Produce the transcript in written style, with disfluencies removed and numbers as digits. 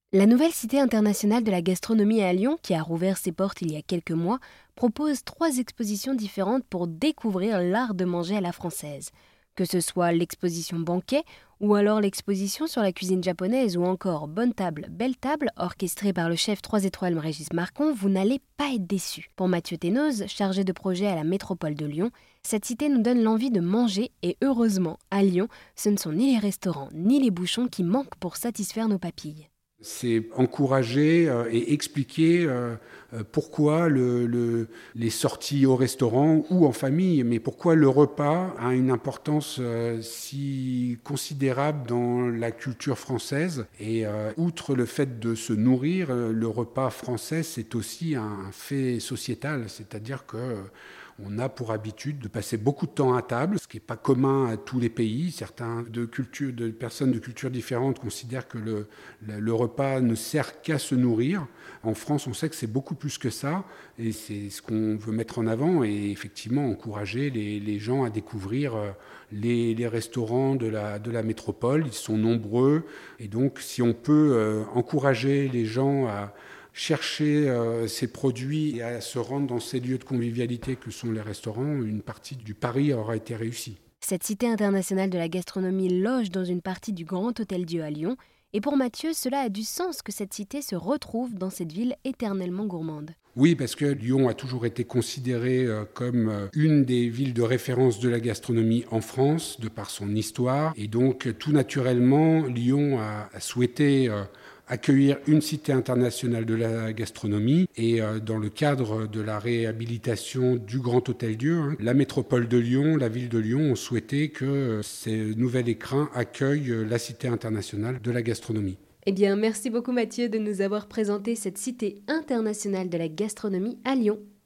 La nouvelle Cité internationale de la gastronomie à Lyon, qui a rouvert ses portes il y a quelques mois, propose 3 expositions différentes pour découvrir l'art de manger à la française. Que ce soit l'exposition banquet, ou alors l'exposition sur la cuisine japonaise, ou encore Bonne table, belle table, orchestrée par le chef 3 étoiles Régis Marcon, vous n'allez pas être déçus. Pour Mathieu Thénoz, chargé de projet à la métropole de Lyon, cette cité nous donne l'envie de manger et heureusement, à Lyon, ce ne sont ni les restaurants ni les bouchons qui manquent pour satisfaire nos papilles. C'est encourager et expliquer pourquoi les sorties au restaurant ou en famille, mais pourquoi le repas a une importance si considérable dans la culture française. Et outre le fait de se nourrir, le repas français, c'est aussi un fait sociétal, c'est-à-dire que on a pour habitude de passer beaucoup de temps à table, ce qui n'est pas commun à tous les pays. Certains de personnes de cultures différentes considèrent que le repas ne sert qu'à se nourrir. En France, on sait que c'est beaucoup plus que ça, et c'est ce qu'on veut mettre en avant, et effectivement encourager les gens à découvrir les restaurants de la métropole. Ils sont nombreux, et donc si on peut encourager les gens à chercher ces produits et à se rendre dans ces lieux de convivialité que sont les restaurants, une partie du pari aura été réussie. Cette cité internationale de la gastronomie loge dans une partie du Grand Hôtel-Dieu à Lyon, et pour Mathieu, cela a du sens que cette cité se retrouve dans cette ville éternellement gourmande. Oui, parce que Lyon a toujours été considérée comme une des villes de référence de la gastronomie en France, de par son histoire. Et donc, tout naturellement, Lyon a souhaité accueillir une cité internationale de la gastronomie. Et dans le cadre de la réhabilitation du Grand Hôtel-Dieu, la métropole de Lyon, la ville de Lyon ont souhaité que ces nouvel écrin accueillent la cité internationale de la gastronomie. Eh bien, merci beaucoup Mathieu de nous avoir présenté cette cité internationale de la gastronomie à Lyon.